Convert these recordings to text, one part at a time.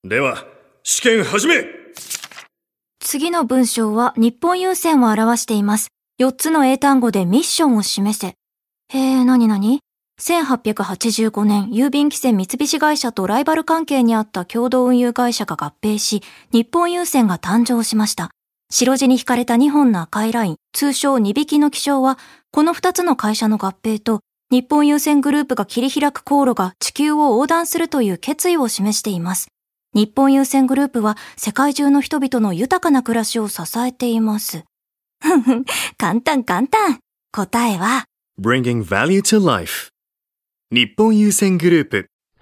では試験始め。 次の文章は日本郵船を表しています。4つの英単語でミッションを示せ。何々 ?1885 年、郵便汽船三菱会社とライバル関係にあった共同運輸会社が合併し、日本郵船が誕生しました。白地に引かれた2本の赤いライン、通称2匹の気象は、この2つの会社の合併と、日本郵船グループが切り開く航路が地球を横断するという決意を示しています。日本郵船グループは世界中の人々の豊かな暮らしを支えています。簡単。答えは Bringing Value to Life 日本郵船グループ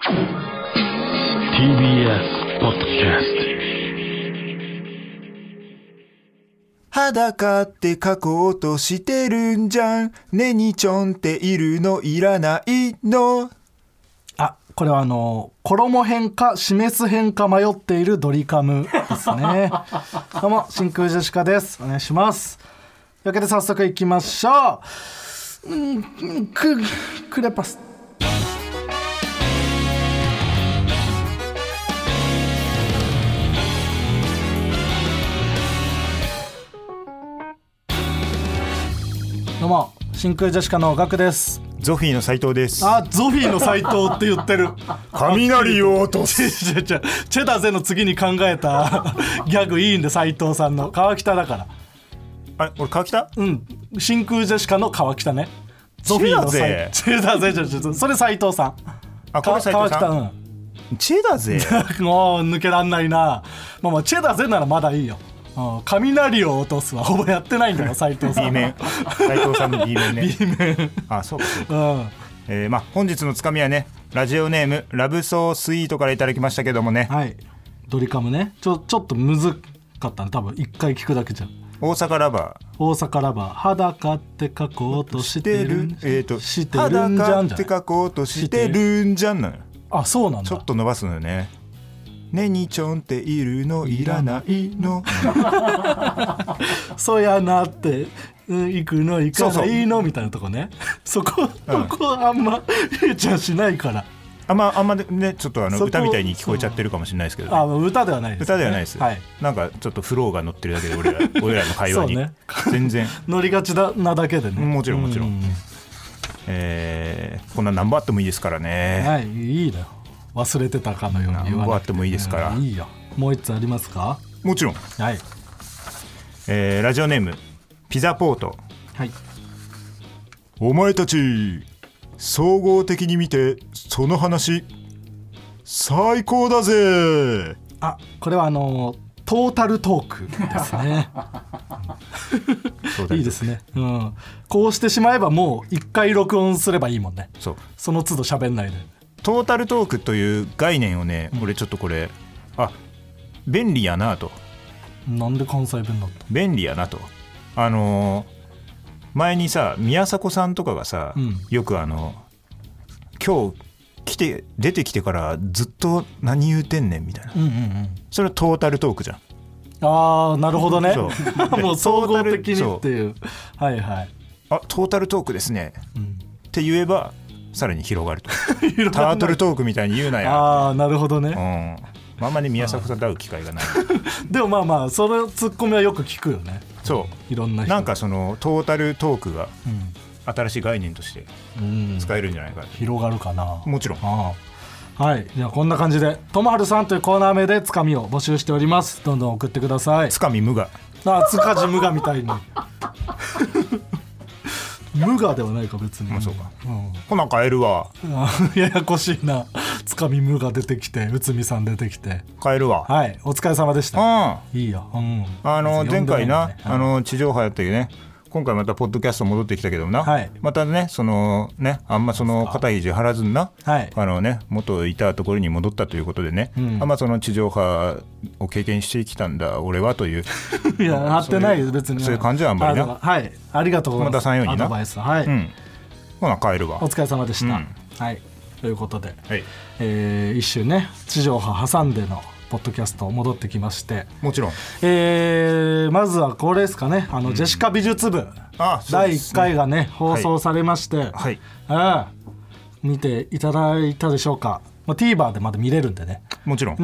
TBS ポッドキャスト。 裸って書こうとしてるんじゃん。ねにちょんっているのいらないの。 これは衣編か示す編か迷っているドリカムですね。どうも真空ジェシカです。お願いします。というわけで早速いきましょう。クレパス。どうも真空ジェシカのガクです。 ゾフィーの斉藤です。 ゾフィーの斉藤って言ってる。 雷を落とす。 チェダゼの次に考えたギャグいいんで、斉藤さんの。川北だから。 俺川北？ 真空ジェシカの川北ね。ゾフィーのチェダゼじゃそれ斉藤さん。 これ斉藤さん。チェダゼもう抜けらんないな。まあチェダゼならまだいいよ。雷を落とすはほぼやってないんだよ斉藤さん。 B 面斉藤さんの B 面ね。 B 面そうか。本日のつかみはね、ラジオネームラブソースイートからいただきましたけどもね。 はい、ドリカムね。ちょっとむずかったね。多分一回聞くだけじゃん。 大阪ラバー裸って書こうとしてるしてるんじゃん。 裸って書こうとしてるんじゃんなの。 そうなんだ。 ちょっと伸ばすのよね。ねにちょんっているのいらないの。 そうやなって行くの行かないのみたいなとこね。そこあんまゆうちゃんしないから。あんまね、ちょっと歌みたいに聞こえちゃってるかもしれないですけど、ね、 歌ではないです、ね、 歌ではないです、はい、なんかちょっとフローが乗ってるだけで俺らの会話に、ね、全然乗りがちなだけでね。 もちろんこんな何本あってもいいですからね。 はい、いいのよ。忘れてたかのように言わなくて。 何本あってもいいですから、 いいよ。もう一つありますか？ もちろん。 はい。 ラジオネームピザポート。 はい。 お前たち総合的に見てその話最高だぜ。 これはトータルトークですね。いいですね、こうしてしまえばもう一回録音すればいいもんね。その都度喋んないで。 トータルトークという概念をね、俺ちょっとこれ便利やなと。 なんで関西弁だった？ 便利やなと。前にさ宮迫さんとかがさ、よく今日出てきてからずっと何言うてんねんみたいな、それはトータルトークじゃん。 なるほどね。もう総合的にっていう。はいはい。 トータルトークですね、って言えばさらに広がると。タートルトークみたいに言うなや。 なるほどね。 あんまり宮迫さんと会う機会がない。 でもそのツッコミはよく聞くよね。 そういろんな人なんかそのトータルトークが新しい概念として使えるんじゃないか、 広がるかな。 もちろん。 はい。じゃあこんな感じでともはるさんというコーナー名でつかみを募集しております。どんどん送ってください。 つかみ無我。 つかじ無我みたいに。無我ではないか別に。 そうか。ほな帰るわ。 ややこしいな。つかみ無我出てきて内海さん出てきて帰るわ。 はい、お疲れ様でした。いいよ。 前回な地上波やったけどね、今回またポッドキャスト戻ってきたけどもな、またねあんまその肩肘張らずにな、元いたところに戻ったということでね、あんまその地上波を経験してきたんだ俺はという。 いや張ってないよ別に。 そういう感じはあんまりな。 はい、ありがとうございます。 またさんようにな。 アドバイス。はい。 ほな帰るわ。 お疲れ様でした。はい。ということで、一週ね地上波挟んでのポッドキャスト戻ってきまして、 もちろん、 まずはこれですかね、ジェシカ美術部、第1回がね放送されまして、 はい、 見ていただいたでしょうか。TVer でまだ見れるんでね、 もちろん、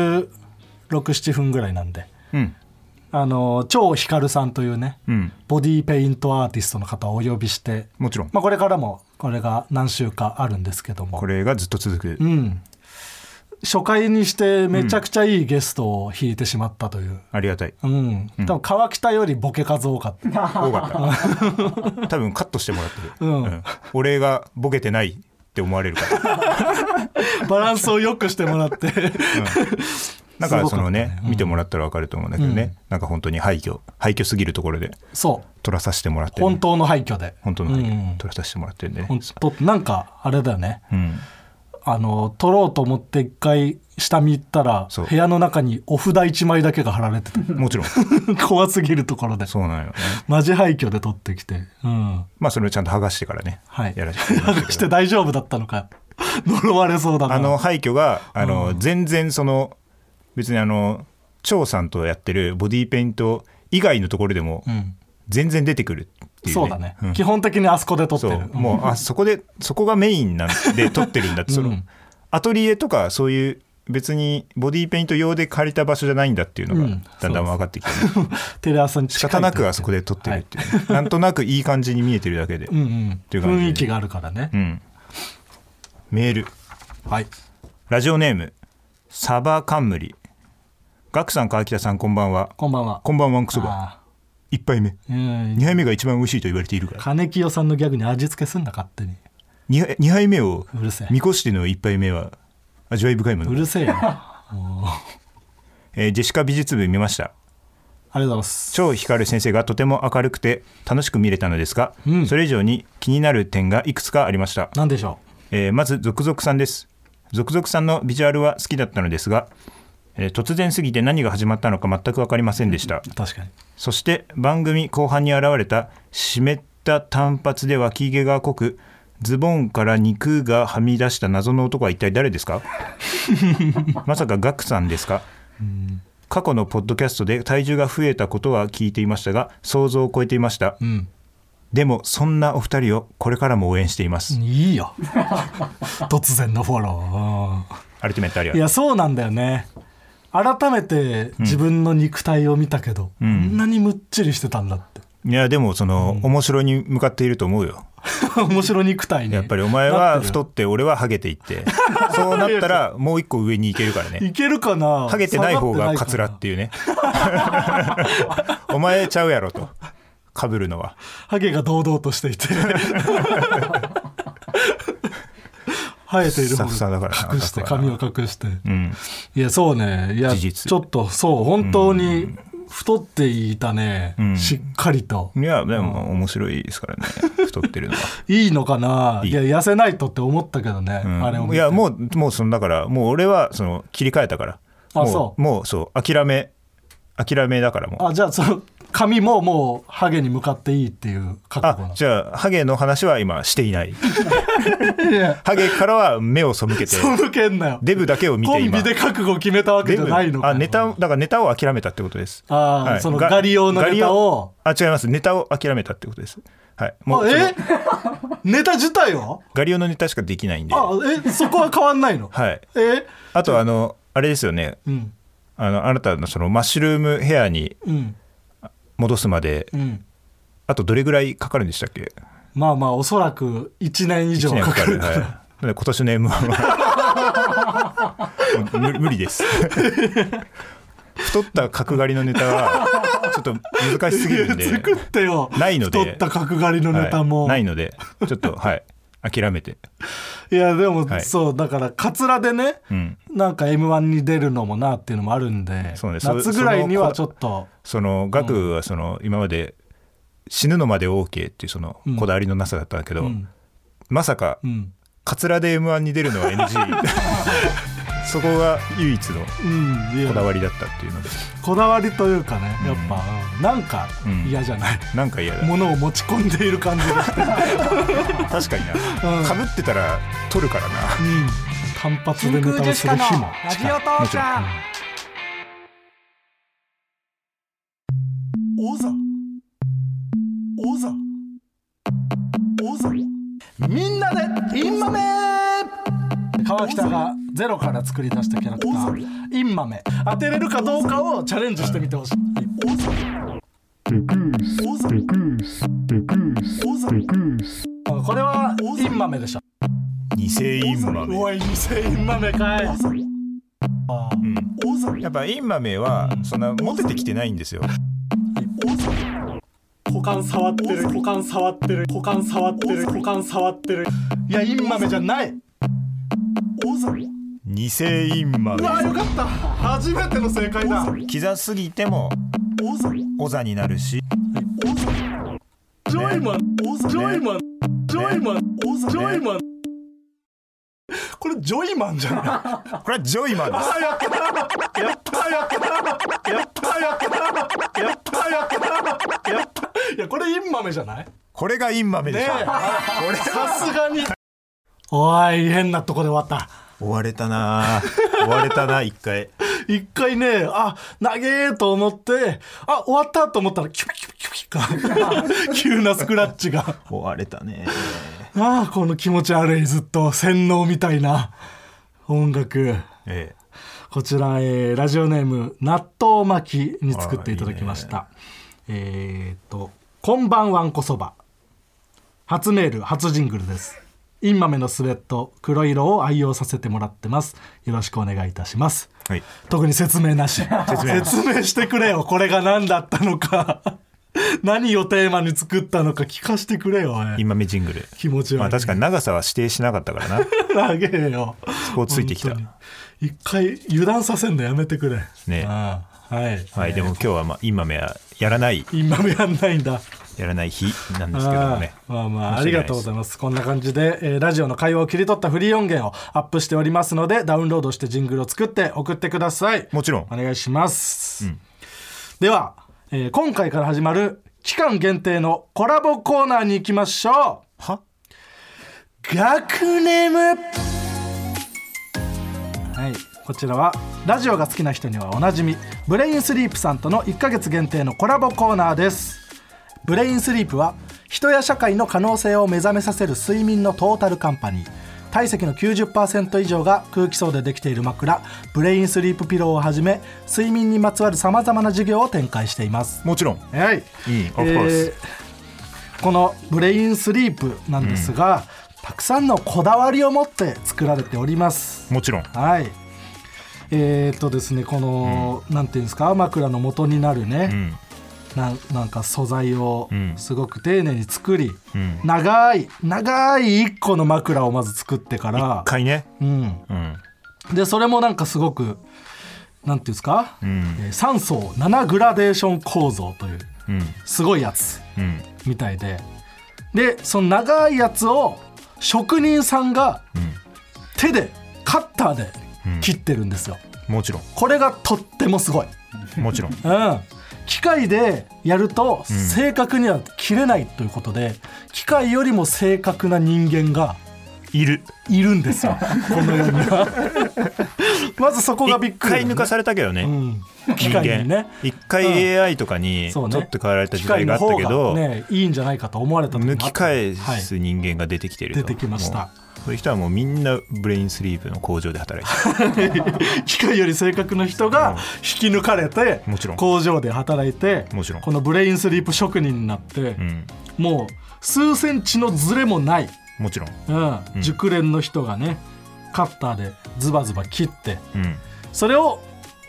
16、7分ぐらいなんで、張光さんというね、ボディーペイントアーティストの方をお呼びして、 もちろん、 これからもこれが何週かあるんですけども、 これがずっと続く、 初回にしてめちゃくちゃいいゲストを引いてしまったという、 ありがたい、 多分川北よりボケ数多かった多かった多分カットしてもらってる、俺がボケてないって思われるからバランスを良くしてもらってなんかそのね、見てもらったら分かると思うんだけどね、なんか本当に廃墟すぎるところで撮らさせてもらって、 本当の廃墟で撮らさせてもらってるんでね、 なんかあれだよね、撮ろうと思って一回下見行ったら部屋の中にお札1枚だけが貼られてたもちろん怖すぎるところで、 そうなんよね、 マジ廃墟で撮ってきて、 それをちゃんと剥がしてからね、やらせてもら剥がして大丈夫だったのか呪われそうだな。 廃墟が全然その別に張さんとやってるボディーペイント以外のところでも全然出てくるっていうね、 そうだね、基本的にあそこで撮ってる、 もうそこがメインなんで撮ってるんだってそのアトリエとかそういう別にボディーペイント用で借りた場所じゃないんだっていうのがだんだん分かってきて、 テレ朝に近い仕方なくあそこで撮ってるっていう、なんとなくいい感じに見えてるだけでっていう感じで雰囲気があるからね、 メール、ラジオネームサバカンムリ。ガクさん川北さんこんばんは。 こんばんは。 こんばんはんくそば。1杯目、2杯目が一番美味しいと言われているから。 金清さんのギャグに味付けすんな勝手に。 2杯目を見越しての1杯目は味わい深いもの。 うるせえよジェシカ美術部見ました。 ありがとうございます。 張光先生がとても明るくて楽しく見れたのですが、それ以上に気になる点がいくつかありました。 何でしょう。まずゾクゾクさんです。ゾクゾクさんのビジュアルは好きだったのですが、突然すぎて何が始まったのか全く分かりませんでした。 確かに。 そして番組後半に現れた湿った短髪で脇毛が濃くズボンから肉がはみ出した謎の男は一体誰ですかまさかガクさんですか。過去のポッドキャストで体重が増えたことは聞いていましたが想像を超えていました、でもそんなお二人をこれからも応援しています。 いいよ突然のフォロー。 アルティメットありがとう。 いやそうなんだよね。改めて自分の肉体を見たけど、こんなにむっちりしてたんだって。 いやでもその、面白に向かっていると思うよ面白肉体に。 やっぱりお前は太って俺はハゲていってそうなったらもう一個上に行けるからね。 いけるかな。 ハゲてない方がカツラっていうねお前ちゃうやろと被るのは。 ハゲが堂々としていて生えている方が隠して髪を隠して、いやそうね。いやちょっとそう本当に太っていたね、しっかりと。 いやでも面白いですからね太ってるのは。 いいのかな。いや痩せないとって思ったけどね、あれを見て。 いやもうそのだからもう俺はその切り替えたから。もうそう諦めだからもう。 じゃあその髪ももうハゲに向かっていいっていう覚悟なの。 じゃあハゲの話は今していないハゲからは目を背けて背けんなよ。 デブだけを見て今コンビで覚悟を決めたわけじゃないのか。 だからネタを諦めたってことです。 そのガリ用のネタを。 違います。ネタを諦めたってことです。はい。 もうネタ自体はガリ用のネタしかできないんで。 そこは変わんないの。 はい。あとあれですよね、あなたのそのマッシュルームヘアに戻すまで、あとどれぐらいかかるんでしたっけ。 まあおそらく1年以上かかる。 今年の M1 は無理です太った角刈りのネタはちょっと難しすぎるんで作ってよ。 ないので太った角刈りのネタも、 ないのでちょっと諦めて。 いやでも、そうだからカツラでね、なんか M1 に出るのもなっていうのもあるんで、夏ぐらいにはちょっとそのガクはその今まで死ぬのまで OK っていうそのこだわりのなさだったんだけど、まさかカツラで M1 に出るのは NG そこが唯一のこだわりだったっていうので、 こだわりというかね、やっぱなんか嫌じゃない、 なんか嫌だ、 物を持ち込んでいる感じがして確かにな、かぶってたら取るからな、 単発でネタをする日も近い。もちろん。王座みんなでインマメ。 川北がゼロから作り出したキャラクターインマメ、当てれるかどうかをチャレンジしてみてほしい。これはインマメでしょ。 偽インマメ。 おい偽インマメかい。 やっぱインマメはそんなモテてきてないんですよ。 股間触ってる、股間触ってる、股間触ってる、股間触ってる。いやインマメじゃない。 偽インマメ。 うわよかった、初めての正解だ。 キザすぎてもオザになるし、 ジョイマン、ジョイマン、ジョイマン、ジョイマン。これジョイマンじゃない。 これはジョイマンです。 やったやったやったやったやったやったやった。いやこれインマメじゃない。 これがインマメでしょ。 これさすがに。おい変なとこで終わった。 終われたな一回ね、あ長えと思って、あ終わったと思ったらキュピキュピキュピか急なスクラッチが終われたね。 あこの気持ち悪い、ずっと洗脳みたいな音楽、こちら、ラジオネーム納豆巻きに作っていただきました。こんばんわんこそば、初メール初ジングルです。インマメのスウェット黒色を愛用させてもらってます。よろしくお願いいたします、はい、特に説明なし。説明してくれよ、これが何だったのか何をテーマに作ったのか聞かせてくれよ。 インマメジングル気持ち悪い、 まあ、確かに長さは指定しなかったからな。 長えよ、 そこをついてきた。 一回油断させんのやめてくれね。 はい、でも今日はインマメはやらない、 インマメやんないんだ、 やらない日なんですけどもね。 ありがとうございます。こんな感じで、ラジオの会話を切り取ったフリー音源をアップしておりますので、ダウンロードしてジングルを作って送ってください。 もちろんお願いします、では、今回から始まる期間限定のコラボコーナーに行きましょう。 は学ネム。はい、こちらはラジオが好きな人にはおなじみブレインスリープさんとの1ヶ月限定のコラボコーナーです。ブレインスリープは人や社会の可能性を目覚めさせる睡眠のトータルカンパニー。体積の 90% 以上が空気層でできている枕ブレインスリープピローをはじめ、睡眠にまつわるさまざまな事業を展開しています。 もちろん、 はい、このブレインスリープなんですが、たくさんのこだわりを持って作られております。 もちろん、 はい、ですね、この、なんていうんですか、枕の元になるね、なんか素材をすごく丁寧に作り、長い1個の枕をまず作ってから 1回ね、 でそれもなんかすごくなんていうんですか、3層7グラデーション構造という、すごいやつ、みたいで、その長いやつを職人さんが手でカッターで切ってるんですよ。 もちろんこれがとってもすごい。 もちろん、 機械でやると正確には切れないということで、機械よりも正確な人間がいるんですよこの世にはまずそこがびっくり、 一回抜かされたけどね、 機械にね、 一回 AI とかにちょっと変わられた時代があったけど、 いいんじゃないかと思われた時抜き返す人間が出てきてると、 出てきました。 そういう人はもうみんなブレインスリープの工場で働いてる機械より正確な人が引き抜かれて工場で働いて、このブレインスリープ職人になって、もう数センチのズレもない、 もちろん、 熟練の人がねカッターでズバズバ切って、それを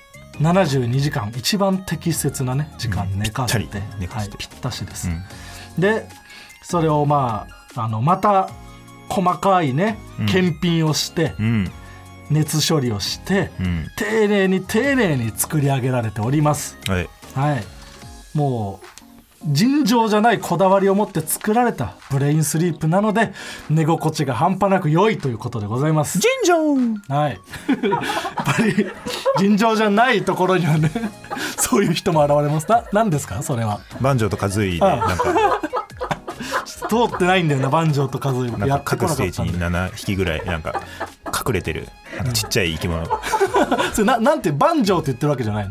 72時間一番適切なね時間寝かせて、ぴったしです、でそれをまた細かいね検品をして、熱処理をして、丁寧に作り上げられております。もう尋常じゃないこだわりを持って作られたブレインスリープなので、寝心地が半端なく良いということでございます。 尋常やっぱり尋常じゃないところにはねそういう人も現れます。何ですかそれは。 バンジョーとカズイでなんか通ってないんだよな、バンジョーとカズイ。 各ステージに7匹ぐらいなんか隠れてるちっちゃい生き物それなんてバンジョーって言ってるわけじゃないな。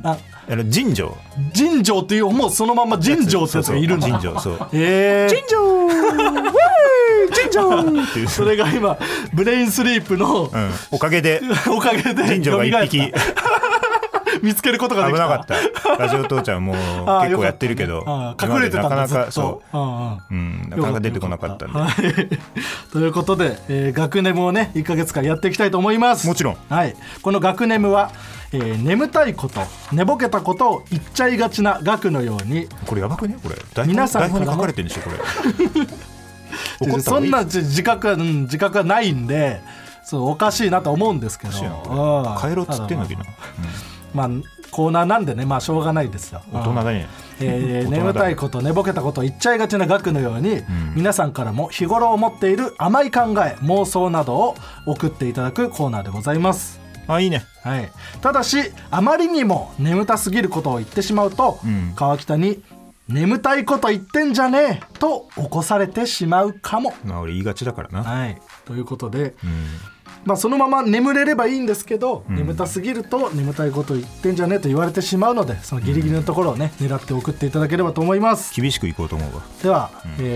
尋常っていうもうそのまんま尋常ってやつがいるんだ。 尋常そう尋常尋常っていうそれが今ブレインスリープの、 おかげで尋常が一匹見つけることができた。 危なかったラジオ父ちゃんも結構やってるけど、 隠れてたんだなかなかずっとなかなか出てこなかったんで、 ということで、学ネムをね1ヶ月間やっていきたいと思います。 もちろん、 はい、この学ネムは、眠たいこと寝ぼけたことを言っちゃいがちな学のように、 これやばくね、これ皆さんから台本に書かれてるんでしょこれ怒ったそんな自覚はないんで、そうおかしいなと思うんですけど、 帰ろうっつってんだけど、 まあコーナーなんでね、まあしょうがないですよ。 大人だね。 眠たいこと寝ぼけたことを言っちゃいがちな学のように、皆さんからも日頃思っている甘い考え妄想などを送っていただくコーナーでございます。 いいね。 はい、ただしあまりにも眠たすぎることを言ってしまうと、川北に眠たいこと言ってんじゃねえと起こされてしまうかも。 俺言いがちだからな。 はい、ということで、まあ、そのまま眠れればいいんですけど、眠たすぎると眠たいこと言ってんじゃねえと言われてしまうので、そのギリギリのところをね、狙って送っていただければと思います。 厳しくいこうと思うわ。 では、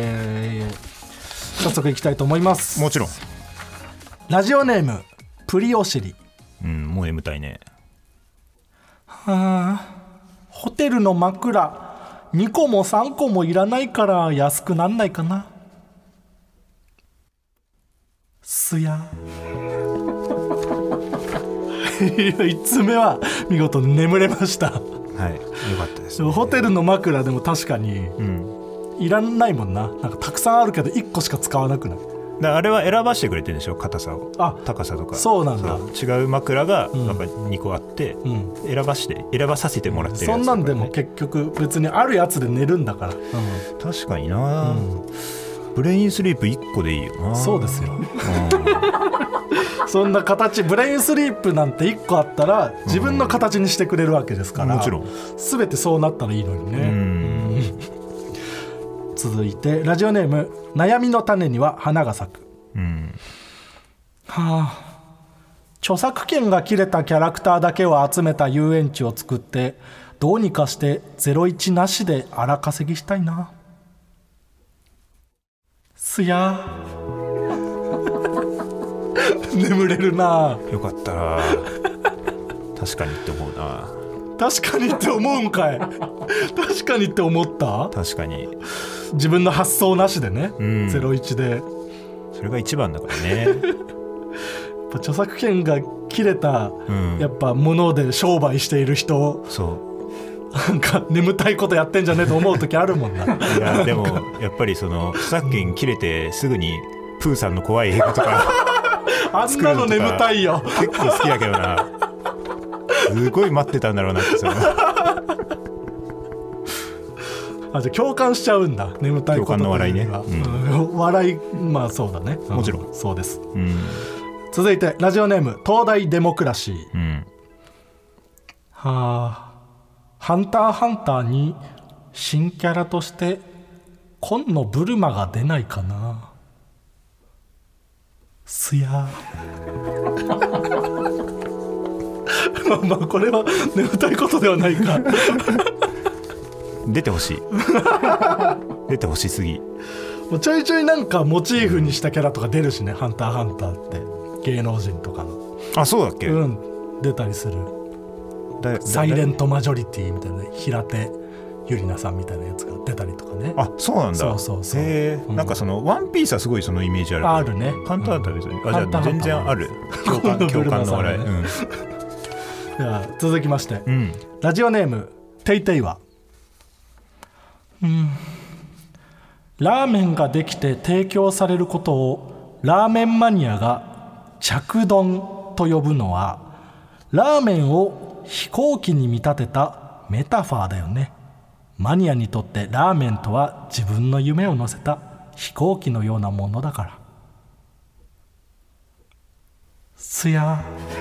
早速いきたいと思います。 もちろん。 ラジオネームプリオシリ。 もう眠たいね。 ホテルの枕2個も3個もいらないから安くなんないかな。すや1つ目は見事眠れました。 はい、よかったです、ね。 ホテルの枕でも確かに、いらないもんな。なんかたくさんあるけど1個しか使わなくない？ あれは選ばしてくれてるんでしょ、硬さを、高さとか。 そうなんだ。 違う枕がなんか2個あって、選ばさせてもらってるやつ、ね、 そんなんでも結局別にあるやつで寝るんだから、 確かにな、ブレインスリープ1個でいいよな。 そうですよ、そんな形、ブレインスリープなんて1個あったら自分の形にしてくれるわけですから、 もちろん全てそうなったらいいのにね。続いてラジオネーム悩みの種には花が咲く。著作権が切れたキャラクターだけを集めた遊園地を作ってどうにかして01なしで荒稼ぎしたいな。すや眠れるな。 よかったな。確かにって思うな。 確かにって思うんかい。確かにって思った。 確かに自分の発想なしでね、01で。 それが一番だからね。 著作権が切れた、やっぱ物で商売している人、なんか眠たいことやってんじゃねえと思う時あるもんな。 いやでもやっぱりその著作権切れてすぐにプーさんの怖い映画とかあんなの眠たいよ。 結構好きだけどな。すごい待ってたんだろうなって。そのじゃあ共感しちゃうんだ、眠たいこと。 共感の笑いね、 笑い、まあそうだね、 もちろん、 そうです、続いてラジオネーム東大デモクラシー。ハンターハンターに新キャラとして紺野ブルマが出ないかな。すやまあこれは眠たいことではないか。 出てほしい。出てほしすぎ。 もうちょいちょいなんかモチーフにしたキャラとか出るしね、ハンターハンターって芸能人とかの。 そうだっけ。 出たりする。サイレントマジョリティみたいな、平手ゆりなさんみたいなやつが出たりとかね。 そうなんだ。そうなんかそのワンピースはすごいそのイメージある。 あるね。 ハンターハンター別に、じゃあ全然ある。共感の笑い。 では続きまして、ラジオネームテイテイは。ラーメンができて提供されることをラーメンマニアが着丼と呼ぶのは、ラーメンを飛行機に見立てたメタファーだよね。マニアにとってラーメンとは自分の夢を乗せた飛行機のようなものだから。すや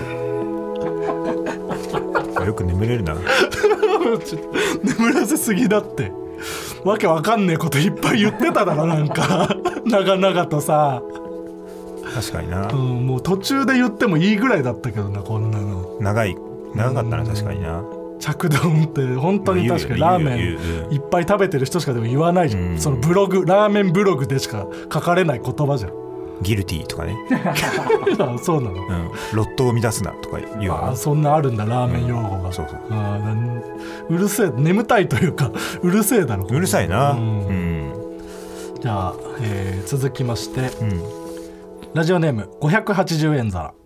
よく眠れるな。 眠らせすぎだって。わけわかんねえこといっぱい言ってただろ。なんか長々とさ。 確かにな、 もう途中で言ってもいいぐらいだったけどな、こんなの。 長かったな、確かにな。 着丼って本当に確かにラーメンいっぱい食べてる人しかでも言わないじゃん、そのブログラーメンブログでしか書かれない言葉じゃん。 ギルティーとかねそうなの、 ロットを乱すなとか言うわ。 そんなあるんだラーメン用語が、 そうそう、 うるせえ、眠たいというかうるせえだろ。 うるさいな。 じゃあ、続きまして、ラジオネーム580円皿。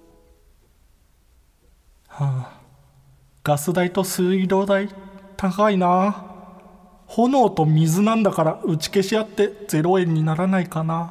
ガス代と水道代高いな。炎と水なんだから打ち消し合って0円にならないかな。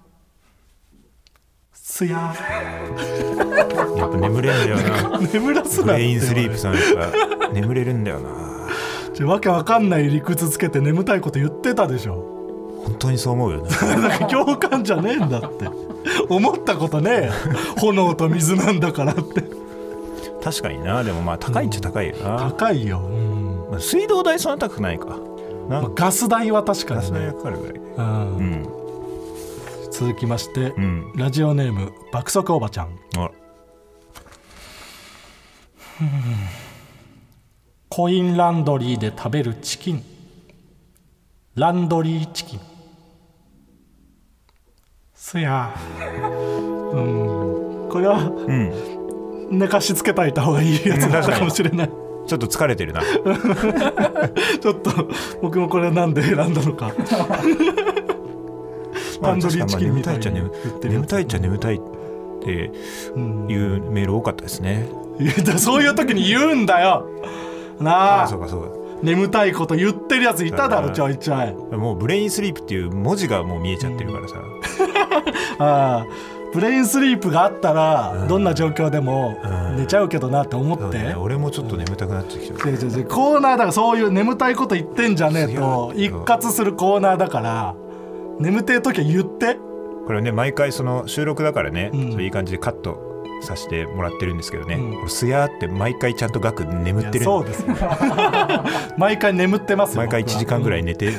すややっぱ眠れんだよな眠らすなって。 ブレインスリープさんやっぱ眠れるんだよな。 わけわかんない理屈つけて眠たいこと言ってたでしょ。 本当にそう思うよねなんか共感じゃねえんだって思ったことねえ炎と水なんだからって確かにな。でもまあ高いっちゃ高いよな、 高いよ、 水道代そんな高くないかな、 ガス代は確かに、ね、 ガス代がかかるぐらい、 続きまして、ラジオネーム爆速おばちゃん。コインランドリーで食べるチキン、ランドリーチキン。そやこれは、寝かしつけといた方がいいやつだったかもしれない。 ちょっと疲れてるなちょっと僕もこれなんで選んだのかタンドリーチキンみたいに言ってる。 眠たいっちゃ眠たいっていうメール多かったですね。 そういう時に言うんだよなあ。 そうかそうか。 眠たいこと言ってるやついただろちょいちょい。 もうブレインスリープっていう文字がもう見えちゃってるからさ、 ブレインスリープがあったらどんな状況でも寝ちゃうけどなって思って、 俺もちょっと眠たくなってきちゃう。 コーナーだからそういう眠たいこと言ってんじゃねえと一括するコーナーだから、眠てえ時は言って。 これね毎回その収録だからね、そういい感じでカットさせてもらってるんですけどね、すやーって毎回ちゃんとガク眠ってる。 そうですね毎回眠ってますよ。 毎回1時間ぐらい寝て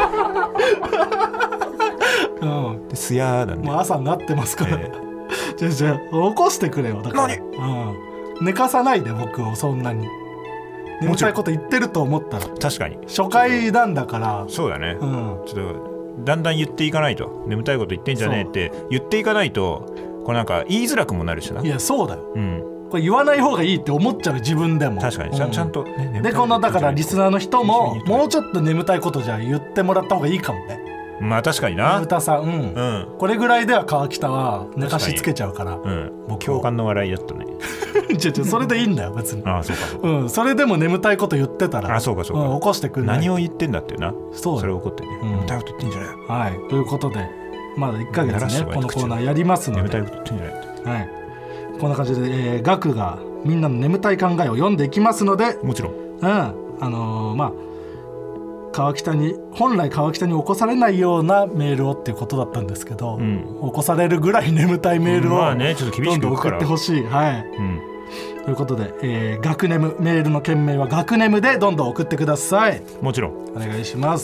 ですやーなんでもう朝になってますから、じゃあ起こしてくれよ。だから寝かさないで僕をそんなに。眠たいこと言ってると思ったら。 確かに初回なんだから。 そうだね、ちょっとだんだん言っていかないと。眠たいこと言ってんじゃねえって言っていかないとこれなんか言いづらくもなるしな。 いやそうだよ、これ言わない方がいいって思っちゃう自分でも。 確かにちゃんと、ね、 でこのだからリスナーの人ももうちょっと眠たいことじゃ言ってもらった方がいいかもね。 まあ確かにな。 眠たさこれぐらいでは川北は寝かしつけちゃうから。 共感の笑いだったねそれでいいんだよ別に。 そうかそれでも眠たいこと言ってたらそうか、起こしてくれない。 何を言ってんだっていうな。 それを怒ってね、眠たいこと言ってんじゃない。 ということでまだ1ヶ月ねこのコーナーやりますので、 眠たいこと言ってんじゃないって、 こんな感じで、ガクがみんなの眠たい考えを読んでいきますので、 もちろん本来川北に起こされないようなメールをっていうことだったんですけど、起こされるぐらい眠たいメールをどんどん送ってほしい。ということで、ガクネムメールの件名はガクネムでどんどん送ってください。 もちろんお願いします。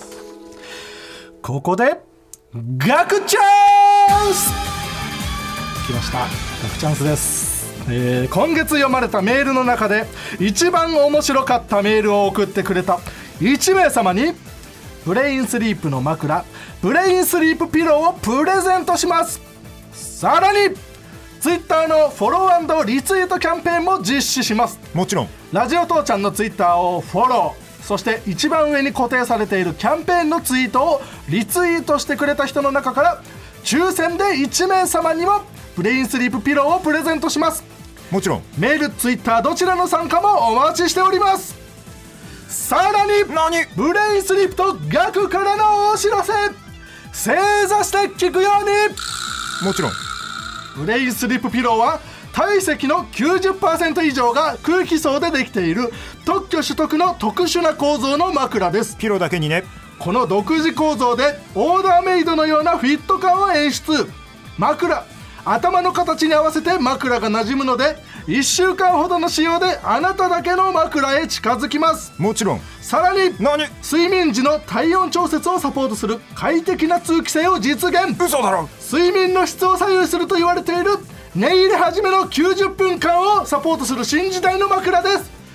ここでガクチャンス来ました。ガクチャンスです。今月読まれたメールの中で一番面白かったメールを送ってくれた1名様にブレインスリープの枕ブレインスリープピローをプレゼントします。さらにツイッターのフォロー&リツイートキャンペーンも実施します。 もちろんラジオ父ちゃんのツイッターをフォロー、そして一番上に固定されているキャンペーンのツイートをリツイートしてくれた人の中から抽選で1名様にもブレインスリープピローをプレゼントします。 もちろんメールツイッターどちらの参加もお待ちしております。さらにブレインスリープとガクからのお知らせ、正座して聞くように。 もちろんブレインスリープピローは体積の 90% 以上が空気層でできている特許取得の特殊な構造の枕です。 ピローだけにね。 この独自構造でオーダーメイドのようなフィット感を演出。頭の形に合わせて枕が馴染むので1週間ほどの使用であなただけの枕へ近づきます。 もちろんさらに睡眠時の体温調節をサポートする快適な通気性を実現。 嘘だろ。 睡眠の質を左右すると言われている寝入り始めの90分間をサポートする新時代の枕です。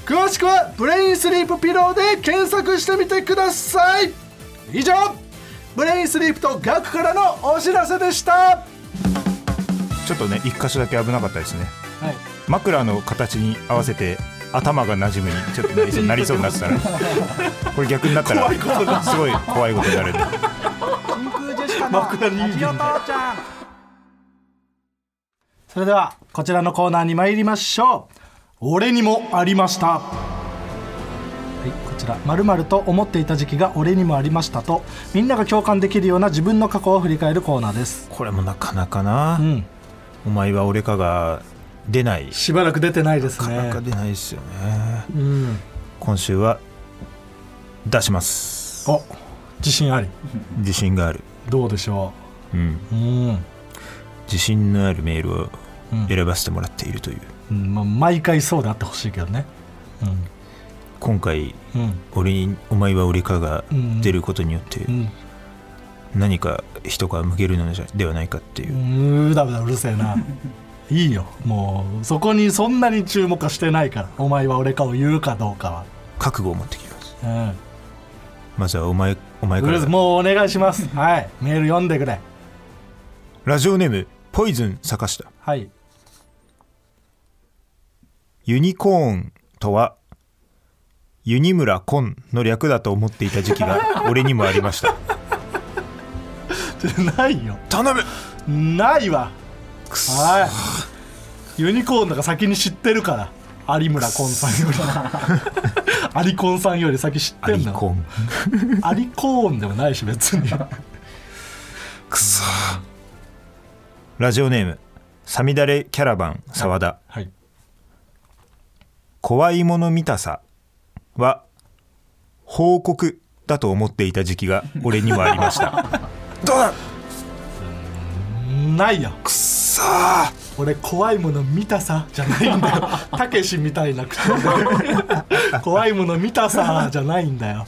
詳しくはブレインスリープピローで検索してみてください。以上、ブレインスリープとガクからのお知らせでした。 ちょっとね、一箇所だけ危なかったですね、 はい、 枕の形に合わせて頭が馴染むにちょっとなりそうになってたねこれ逆になったらすごい怖いことになるんで。 真空ジェシカのラジオ父ちゃん。 それではこちらのコーナーに参りましょう。俺にもありました。はい、こちら〇〇と思っていた時期が俺にもありましたと、みんなが共感できるような自分の過去を振り返るコーナーです。 これもなかなかな、お前は俺かが出ない、 しばらく出てないですね。 なかなか出ないですよね、今週は出します。 お、自信あり。 自信がある。 どうでしょう。 自信のあるメールを選ばせてもらっているという、 毎回そうであってほしいけどね、 今回、お前は俺かが出ることによって、何か一皮むけるのではないかっていう。 うだうるせえないいよ、もうそこにそんなに注目はしてないから、お前は俺かを言うかどうかは。 覚悟を持ってきます、まずはお前からもうお願いしますはい、メール読んでくれ。 ラジオネームポイズン坂下。 はい。 ユニコーンとはユニムラコンの略だと思っていた時期が俺にもありましたないよ、 頼む。 ないわ。はい、ユニコーンだから先に知ってるから、有村コンさんよりアリコンさんより先知ってんの。アリコーンでもないし別にくそ。ラジオネームさみだれキャラバン沢田。 はい、 怖いもの見たさは報告だと思っていた時期が俺にもありましたどうだ。 ないよ。 くそー。 俺怖いもの見たさじゃないんだよたけしみたいな口調で怖いもの見たさじゃないんだよ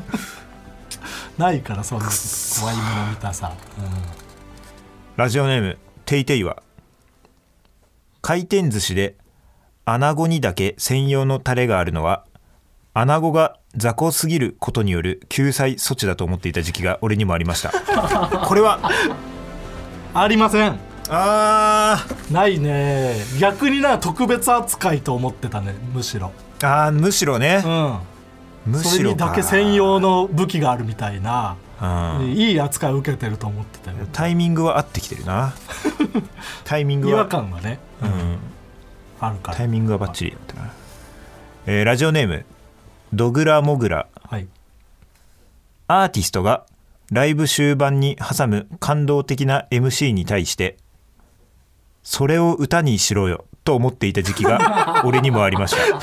ないから、そんな怖いもの見たさ、 ラジオネームテイテイは、回転寿司で穴子にだけ専用のタレがあるのは穴子が雑魚すぎることによる救済措置だと思っていた時期が俺にもありましたこれはありません。ないね。逆に特別扱いと思ってたね、むしろ。 むしろね、むしろそれにだけ専用の武器があるみたいな、いい扱いを受けてると思ってたよ。 タイミングは合ってきてるなタイミングは違和感はね、あるから。 タイミングはバッチリだったな。ラジオネームドグラモグラ。 はい、 アーティストがライブ終盤に挟む感動的な MC に対してそれを歌にしろよと思っていた時期が俺にもありました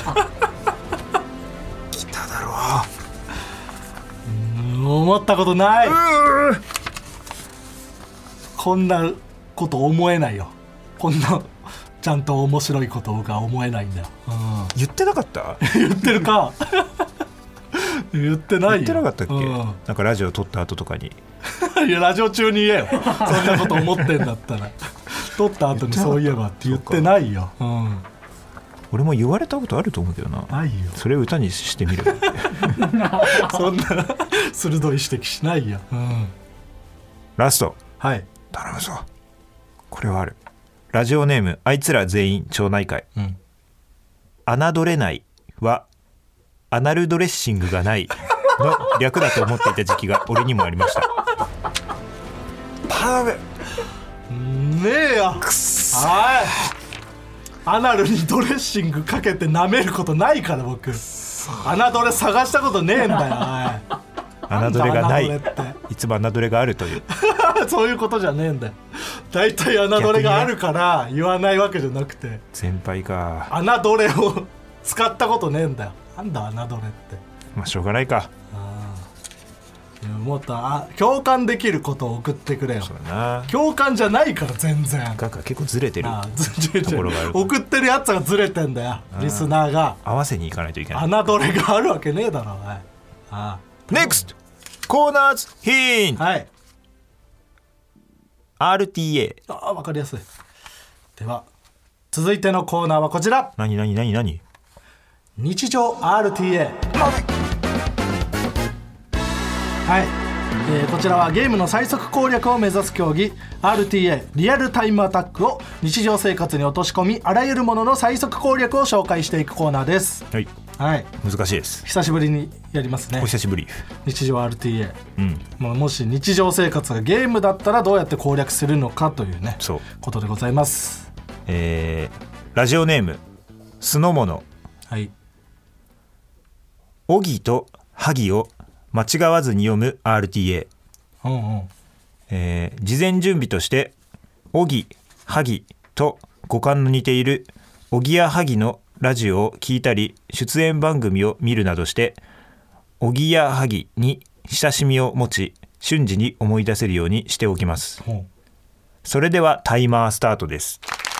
来ただろう。思ったことない。こんなこと思えないよ。こんなちゃんと面白いことが思えないんだよ、 言ってなかった言ってるか言ってないよ。 言ってなかったっけ、なんかラジオ撮った後とかにいや、ラジオ中に言えよそんなこと思ってんだったら撮った後にそういえばって言ってないよ、 俺も言われたことあると思うけどな。 ないよ。 それを歌にしてみるそんな鋭い指摘しないよ、 ラスト。 はい、 頼むぞ。これはある。ラジオネームあいつら全員町内会。侮れないはアナルドレッシングがないの略だと思っていた時期が俺にもありました頼む。 ねえよ。くっそ。はい、アナルにドレッシングかけて舐めることないから僕。侮れ探したことねえんだよ。 侮れがない。いつも侮れがあるというそういうことじゃねえんだよ。だいたい侮れがあるから言わないわけじゃなくて、 先輩か。 侮れを使ったことねえんだよ。なんだ侮れって。 まあしょうがないか。 もっと共感できることを送ってくれよ。 そうだな。 共感じゃないから全然。 なんか結構ずれてるところがある。 送ってるやつがずれてんだよ。リスナーが合わせにいかないといけない。 侮れがあるわけねえだろ。 NEXT コーナーズヒント。 はい。 RTA。 わかりやすい。では続いてのコーナーはこちら。 何日常 RTA。 はい、こちらはゲームの最速攻略を目指す競技 RTA リアルタイムアタックを日常生活に落とし込み、あらゆるものの最速攻略を紹介していくコーナーです。 はい、 はい、 難しいです。 久しぶりにやりますね。 お久しぶり。 日常 RTA、もし日常生活がゲームだったらどうやって攻略するのかというね、 そうことでございます。 ラジオネーム酢の物。 はい。 おぎとはぎを間違わずに読む RTA。事前準備としておぎはぎと語感の似ているおぎやはぎのラジオを聞いたり出演番組を見るなどしておぎやはぎに親しみを持ち瞬時に思い出せるようにしておきます。それではタイマースタートです。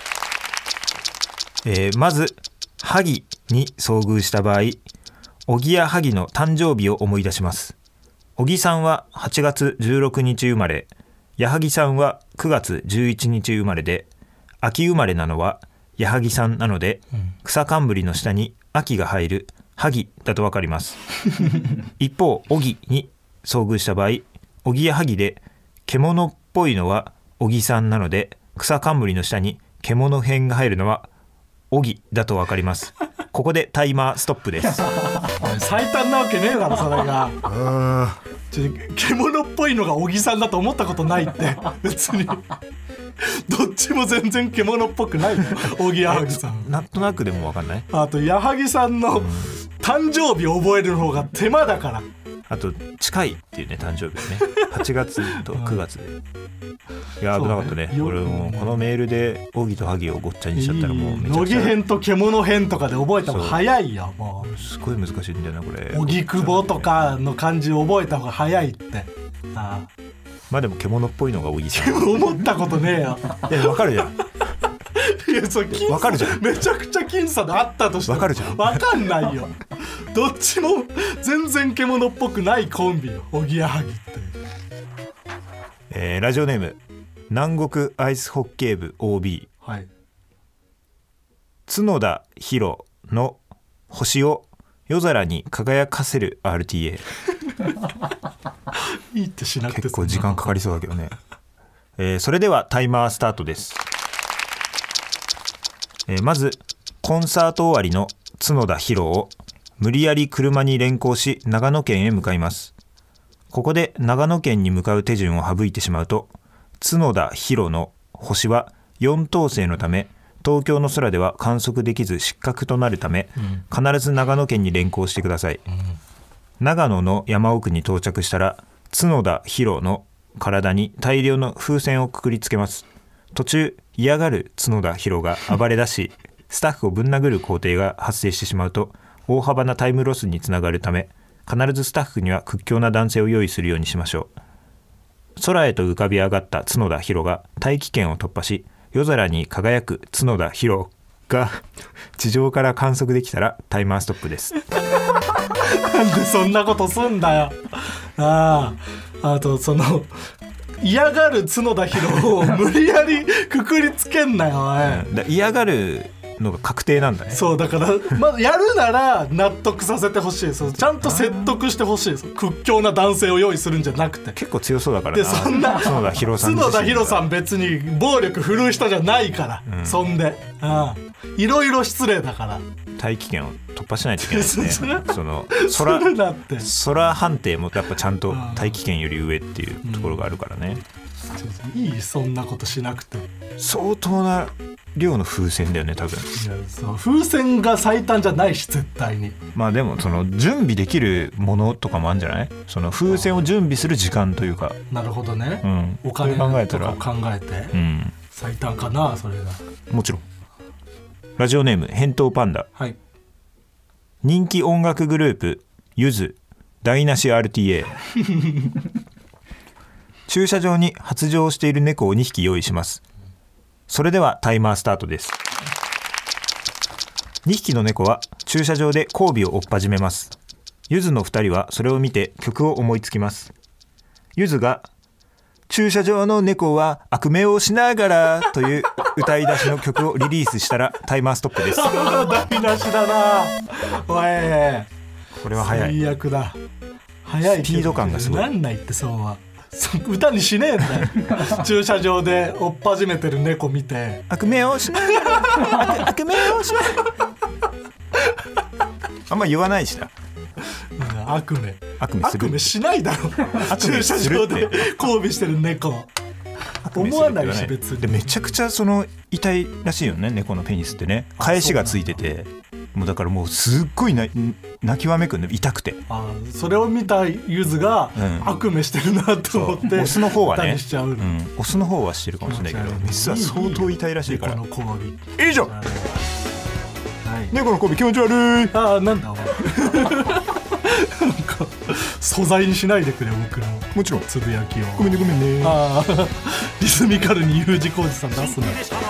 まずはぎに遭遇した場合、おぎやはぎの誕生日を思い出します。おぎさんは8月16日生まれ、やはぎさんは9月11日生まれで、秋生まれなのはやはぎさんなので、草冠の下に秋が入るはぎだとわかります。一方、おぎに遭遇した場合、おぎやはぎで獣っぽいのはおぎさんなので、草冠の下に獣編が入るのはおぎだとわかります。ここでタイマーストップです。 最短なわけねえだろそれが。獣っぽいのが小木さんだと思ったことないって別に。どっちも全然獣っぽくないの小木やはぎさん。 なんとなくでも分かんない。 あとやはぎさんの誕生日を覚える方が手間だから。 あと近いっていうね、誕生日ね。8月と9月で。いや危なかったね。俺もこのメールでおぎとはぎをごっちゃにしちゃったらもうめちゃくちゃ。 乃木編と獣編とかで覚えた方が早いよ。もうすごい難しいんだよなこれ。 おぎくぼとかの漢字を覚えた方が早いって。ああ、 まあでも獣っぽいのがおぎさん。 思ったことねえよ。 いや分かるじゃん。 いや、そう分かるじゃん。 めちゃくちゃ僅差であったとしても分かるじゃん。 分かんないよ。どっちも全然獣っぽくないコンビよ、おぎやはぎって。 ラジオネーム南国アイスホッケー部 OB、 はい、 角田博の星を夜空に輝かせる RTA。 いいってしなくて結構時間かかりそうだけどね。それではタイマースタートです。まずコンサート終わりの角田博を無理やり車に連行し長野県へ向かいます。ここで長野県に向かう手順を省いてしまうと、角田博の星は4等星のため東京の空では観測できず失格となるため、必ず長野県に連行してください。長野の山奥に到着したら角田博の体に大量の風船をくくりつけます。途中嫌がる角田博が暴れ出しスタッフをぶん殴る工程が発生してしまうと大幅なタイムロスにつながるため、必ずスタッフには屈強な男性を用意するようにしましょう。空へと浮かび上がった角田博が大気圏を突破し、夜空に輝く角田博が地上から観測できたらタイマーストップです。 なんでそんなことすんだよ。あとその嫌がる角田博を無理やりくくりつけんなよ。 嫌がるのが確定なんだね。 そうだから、やるなら納得させてほしい。そうちゃんと説得してほしい。屈強な男性を用意するんじゃなくて。 結構強そうだからな。 でそんな角田博さん角田博さん別に暴力振るう人じゃないから、そんでいろいろ失礼だから。 大気圏を突破しないといけないですね。その空判定もやっぱちゃんと大気圏より上っていうところがあるからね。 いい、そんなことしなくて。 相当な量の風船だよね多分。 いや、そう風船が最短じゃないし絶対に。 まあでもその準備できるものとかもあるんじゃない？その風船を準備する時間というか。 なるほどね、お金考えたらとかを考えて、最短かなそれが。 もちろん。ラジオネーム返答パンダ、 はい、 人気音楽グループゆず台無し RTA。 駐車場に発情している猫を2匹用意します。それではタイマースタートです。2匹の猫は駐車場で交尾を追っ始めます。ゆずの2人はそれを見て曲を思いつきます。ゆずが駐車場の猫は悪名をしながらという歌い出しの曲をリリースしたらタイマーストップです。 台無しだな。おい、 これは早い。 最悪だ。早い。 スピード感がすごい。 なんないってそうは。歌にしねえんだよ。駐車場で追っ始めてる猫見て悪名をしながら悪名をしながらあんま言わないしな。 悪名する。 悪名しないだろ。駐車場で交尾してる猫思わないし別に。 でめちゃくちゃその痛いらしいよね、猫のペニスってね。返しがついてて、もうだからもうすっごい泣きわめくんで痛くて。 それを見たゆずが悪名してるなと思って、 オスの方はね、オスの方はしてるかもしれないけど、メスは相当痛いらしいから。 猫の交尾いいじゃん、猫の交尾気持ち悪い。 なんだお前なんか素材にしないでくれ、僕のもちろんつぶやきを。 ごめんね。 リズミカルに U 字工事さん出すな。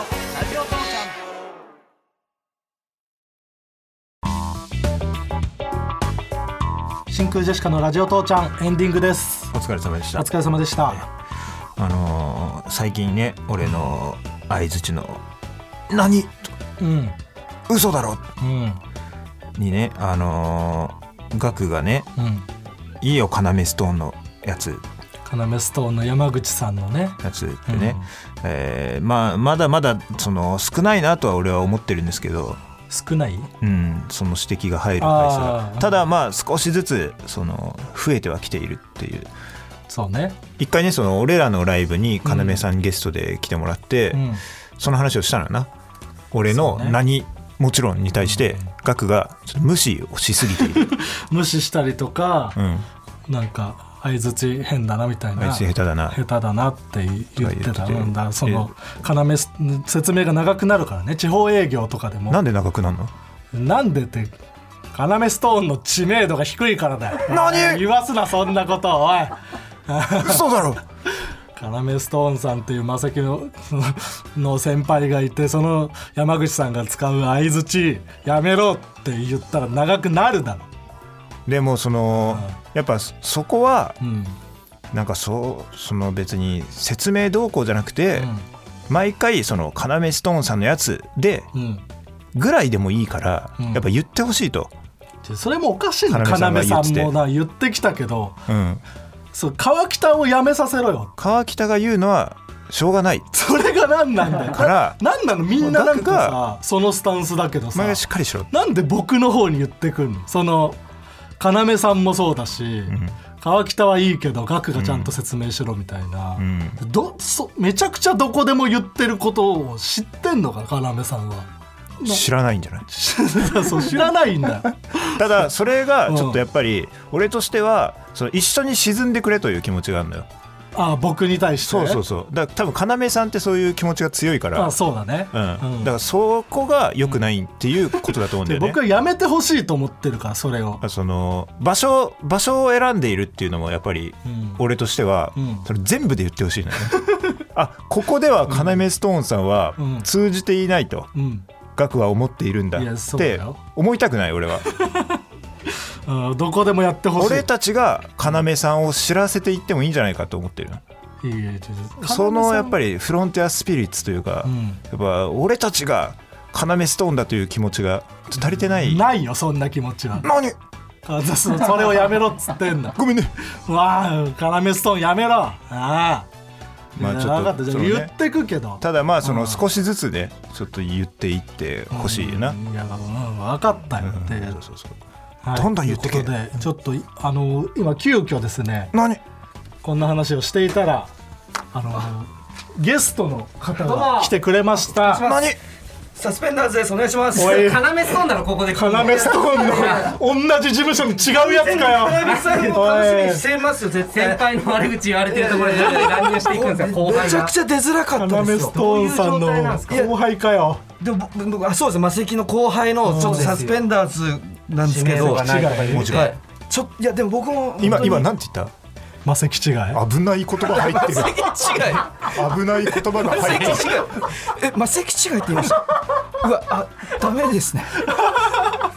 真空ジェシカのラジオ父ちゃんエンディングです。 お疲れ様でした。 お疲れ様でした。 最近ね、俺の相槌の何、嘘だろ、にね、ガクがね、いいよ要ストーンのやつ、 要ストーンの山口さんのねやつってね、まだまだその少ないなとは俺は思ってるんですけど、 少ない、 その指摘が入る回数が。ただまあ少しずつその増えてはきているっていう。 そうね。 一回ね、その俺らのライブに要さんゲストで来てもらって、その話をしたのよな。俺の何、もちろんに対してガクがちょっと無視をしすぎている無視したりとか、なんか相槌変だなみたいな、 下手だなって言ってたんだ。その要説明が長くなるからね、地方営業とかでも。 なんで長くなるの？ なんでって要ストーンの知名度が低いからだよ。 何言わすなそんなことおい嘘だろ。 要ストーンさんっていうマセキの先輩がいて、その山口さんが使う相槌やめろって言ったら長くなるだろ。 でもその、やっぱそこは、なんかその別に説明どうこうじゃなくて、毎回その要ストーンさんのやつで、ぐらいでもいいから、やっぱ言ってほしいと。 それもおかしいの。要さんもな言ってきたけど、そう川北をやめさせろよ。 川北が言うのはしょうがない。 それが何なんだよ。 から何なの、みんななんかさそのスタンスだけどさ、 お前がしっかりしろ。 なんで僕の方に言ってくんの。その要さんもそうだし、川北はいいけどガクがちゃんと説明しろみたいな、めちゃくちゃどこでも言ってることを知ってんのか要さんは。 知らないんじゃないそう知らないんだただそれがちょっとやっぱり俺としてはその一緒に沈んでくれという気持ちがあるのよ。 僕に対して。 そうだから多分要さんってそういう気持ちが強いから。 そうだね、 だからそこが良くないっていうことだと思うんだよね。 僕はやめてほしいと思ってるから。それをその場所を選んでいるっていうのもやっぱり俺としては、それ全部で言ってほしいのよねここでは要ストーンさんは通じていないと、ガクは思っているんだって思いたくない俺はどこでもやってほしい。 俺たちが要さんを知らせていってもいいんじゃないかと思ってる。そのやっぱりフロンティアスピリッツというか、やっぱ俺たちが要ストーンだという気持ちが足りてない。 ないよそんな気持ちは。 何それをやめろっつってんだごめんね。 わあ要ストーンやめろ。まあちょっとじゃあ言ってくけど、 ただまあその少しずつねちょっと言っていってほしいな。 いや分かったよって。 どんどん言ってけ。 ちょっと今急遽ですね、 何こんな話をしていたらゲストの方が来てくれました。 何サスペンダーズです。お願いします。要ストーンだろここで。要ストーンの同じ事務所に違うやつかよ。 楽しみにしてますよ絶対。先輩の悪口言われてるところで乱入していくんですよ後輩が。めちゃくちゃ出づらかったですよ。 要ストーンさんの後輩かよ。 でも僕そうですマセキの後輩のちょっとサスペンダーズなんですけど。いやでも僕も今なんて言った？ マセキ違い。 危ない言葉入ってる。 マセキ違い。 危ない言葉が入ってる。 マセキ違いって言いました。うわダメですね。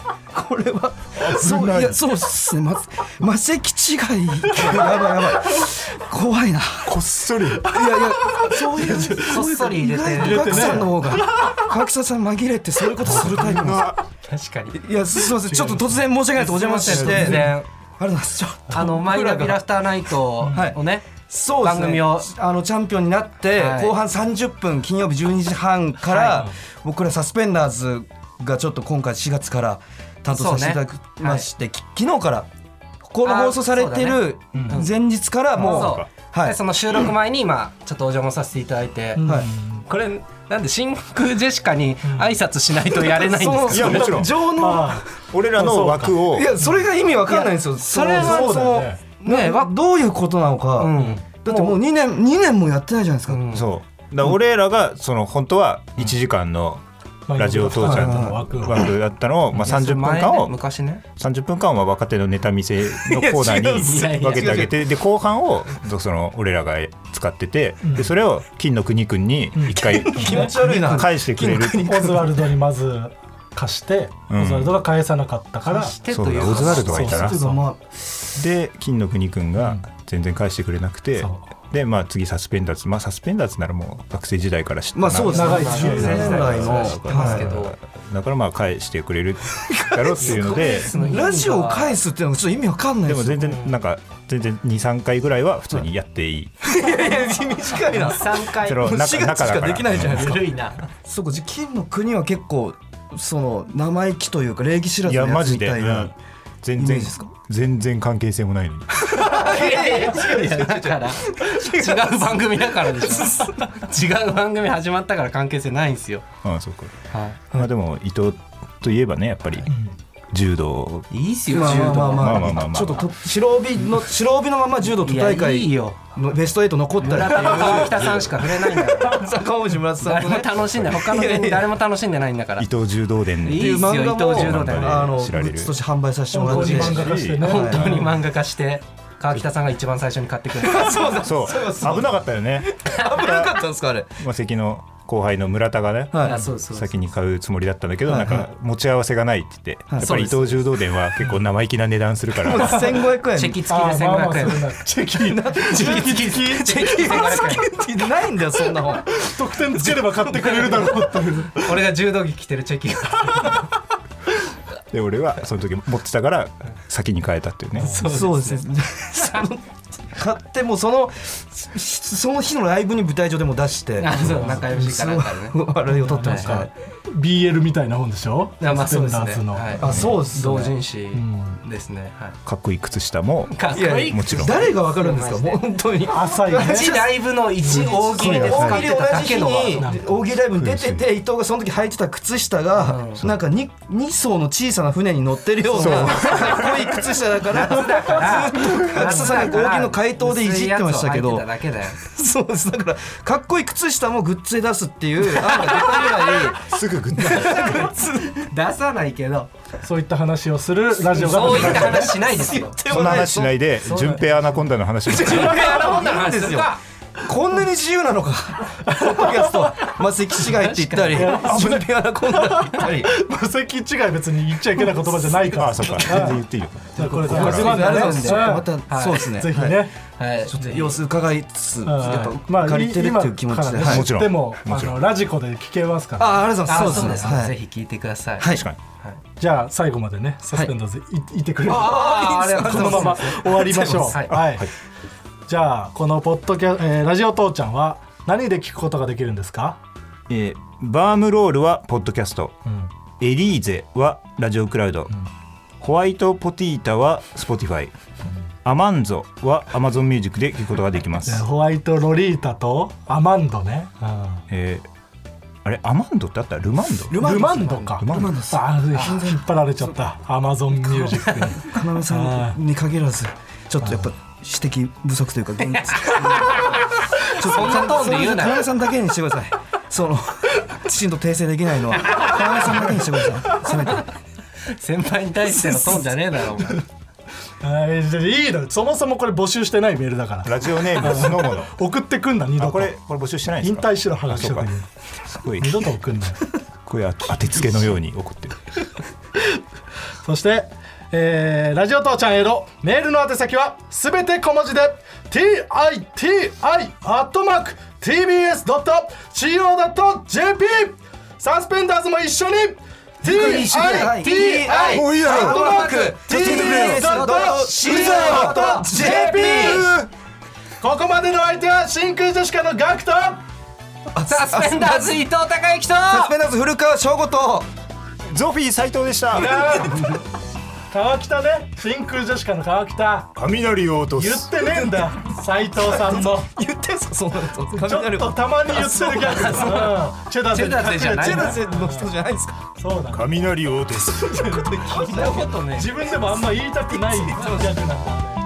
これはそういやそうっすね魔石違いやばい怖いなこっそりいやそういうこっそり入れてガクさんの方が川北さん紛れてそういうことするタイプの確かにいやすいませんちょっと突然申し訳ないとお邪魔して突然ありがとうございますマイナビラフターナイトをね、 そうですね、 番組をチャンピオンになって、後半30分金曜日12時半から、僕らサスペンダーズがちょっと今回4月から担当させていただきまして、昨日からこの放送されてる前日からもうその収録前に今ちょっとお邪魔させていただいて、これなんで真空ジェシカに挨拶しないとやれないんですか。 いやもちろん情の俺らの枠をいやそれが意味わかんないんですよ。それはそのねどういうことなのか、だってもう2年もやってないじゃないですか。 そうだ俺らがその本当は1時間のラジオ父ちゃんの枠だったのを30分間を昔ね 30分間は若手のネタ見せのコーナーに分けてあげてで後半をその俺らが使っててでそれを金の国くんに一回気持ち悪いな返してくれるオズワルドにまず貸してオズワルドが返さなかったからそうだオズワルドがいたなで金の国くんが全然返してくれなくてで次サスペンダーズサスペンダーズならもう学生時代から知ってそうです長い10年来のだから返してくれるだろうっていうのでラジオを返すっていうのがちょっと意味わかんないですでも全然 2,3 回ぐらいは普通にやっていいいや短いな 3回 4月しかできないじゃないですかずるいなそうか金の国は結構その生意気というか礼儀知らずのやつみたいな全然関係性もないのにだから違う番組だからでしょ違う番組始まったから関係性ないんですよ。 そうか、でも伊藤といえばねやっぱり柔道いいっすよ柔道ちょっと白帯のまま柔道都大会のベスト8残った村田と川北さんしか触れないんだから坂口村田さん誰も楽しんで他の芸人誰も楽しんでないんだから伊藤柔道伝いいっすよ伊藤柔道伝グッズとして販売させてもらって本当に漫画化して川北さんが一番最初に買ってくれたそう危なかったよね危なかったんですかあれ関の後輩の村田がね先に買うつもりだったんだけどなんか持ち合わせがないって言ってやっぱり伊藤柔道伝は結構生意気な値段するから 1500円チェキ付きで1500円チェキ付き付きないんだよそんな本得点つければ買ってくれるだろうっていう俺が柔道着着てるチェキがで俺はその時持ってたから先に変えたっていうねそうですね買ってもその日のライブに舞台上でも出して仲良しかなんかでね笑いを取ってました、 BL みたいな本でしょそうですねそうです同人誌ですねかっこいい靴下もかっこいいもちろん誰がわかるんですか本当に浅いねライブの一大喜利で使ってただけの大喜利ライブに出てて伊藤がその時履いてた靴下がなんか 2層の小さな船に乗ってるようなかっこいい靴下だからずっと夏さんが大喜利の回答でいじってましたけどそうですだからかっこいい靴下もグッズで出すっていう案が出たぐらいすぐグッズ出さないけどそういった話をするラジオがそういった話しないですよそんな話しないで順平アナコンダの話を順平アナコンダの話ですよこんなに自由なのかポッドキャスト席違いって言ったり順平アナコンダって言ったり席違い別に言っちゃいけない言葉じゃないからそうか全然言っていいよじゃあこれから始まるんでまたそうですねぜひねちょっと様子伺いつつやっぱ借りてるっていう気持ちでもちろんでもラジコで聞けますからありがとうございますそうですねぜひ聞いてください確かにじゃあ最後までねサスペンダーズいてくれるこありがとうございますのまま終わりましょうはいじゃあこのポッドキャラジオ父ちゃんは何で聞くことができるんですか？ バームロールはポッドキャスト、エリーゼはラジオクラウド、ホワイトポティータはスポティファイ、アマンゾはアマゾンミュージックで聞くことができます。 ホワイトロリータとアマンドね、 あれアマンドってあったルマンドルマンドか完全に引っ張られちゃったアマゾンミュージックに要さんに限らずちょっとやっぱ指摘不足というかそんなトーンで言うな要さんだけにしてくださいきちんと訂正できないのは要さんだけにしてくださいせめて先輩に対してのトーンじゃねえだろお前いいのそもそもこれ募集してないメールだからラジオネームスノーモの送ってくんな二度とこれ募集してないんですか？ 引退しろ話した時にすごい二度と送んなよこれ当てつけのように送ってるそして、ラジオ父ちゃんへのメールの宛先はすべて小文字で TITI@tbs.co.jp サスペンダーズも一緒に TITI@tbs.co.jp ここまでの相手は真空ジェシカのガクとサスペンダーズ伊藤孝之とサスペンダーズ古川翔吾とゾフィー斉藤でした。 川北ね、真空ジェシカの川北雷を落と言す。 ってねえんだよ斉藤さんの言ってんすかそんなことちょっとたまに言ってるギャグ、チェダーゼに隠れてチェダーゼじゃないチェダーゼの人じゃないですか。 そうだ、 雷を落とす。 そんなことね自分でもあんま言いたくないギャグなんだ。